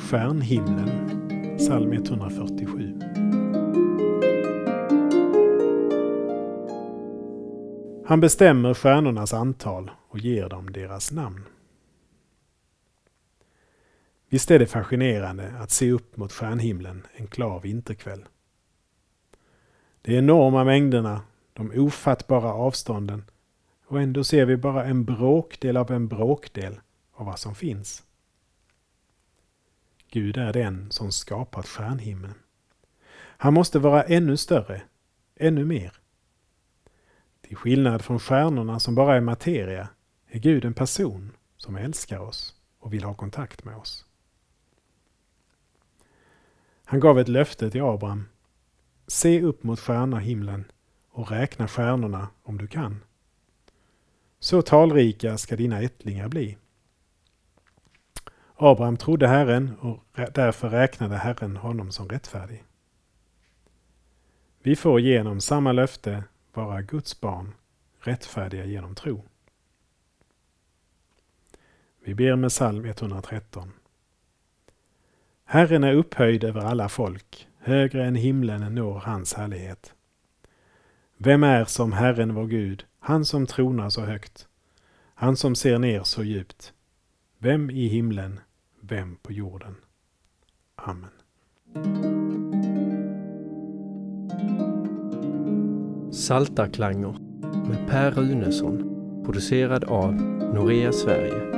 Stjärnhimlen, psalm 147. Han bestämmer stjärnornas antal och ger dem deras namn. Visst är det fascinerande att se upp mot stjärnhimlen en klar vinterkväll. De enorma mängderna, de ofattbara avstånden, och ändå ser vi bara en bråkdel av en bråkdel av vad som finns. Gud är den som skapat stjärnhimlen. Han måste vara ännu större, ännu mer. Till skillnad från stjärnorna som bara är materia, är Gud en person som älskar oss och vill ha kontakt med oss. Han gav ett löfte till Abraham. Se upp mot stjärnhimlen och räkna stjärnorna om du kan. Så talrika ska dina ättlingar bli. Abraham trodde Herren och därför räknade Herren honom som rättfärdig. Vi får genom samma löfte vara Guds barn, rättfärdiga genom tro. Vi ber med psalm 113. Herren är upphöjd över alla folk, högre än himlen når hans härlighet. Vem är som Herren vår Gud, han som tronar så högt, han som ser ner så djupt? Vem i himlen, vem på jorden? Amen. Saltarklanger med Per Runesson, producerad av Norea Sverige.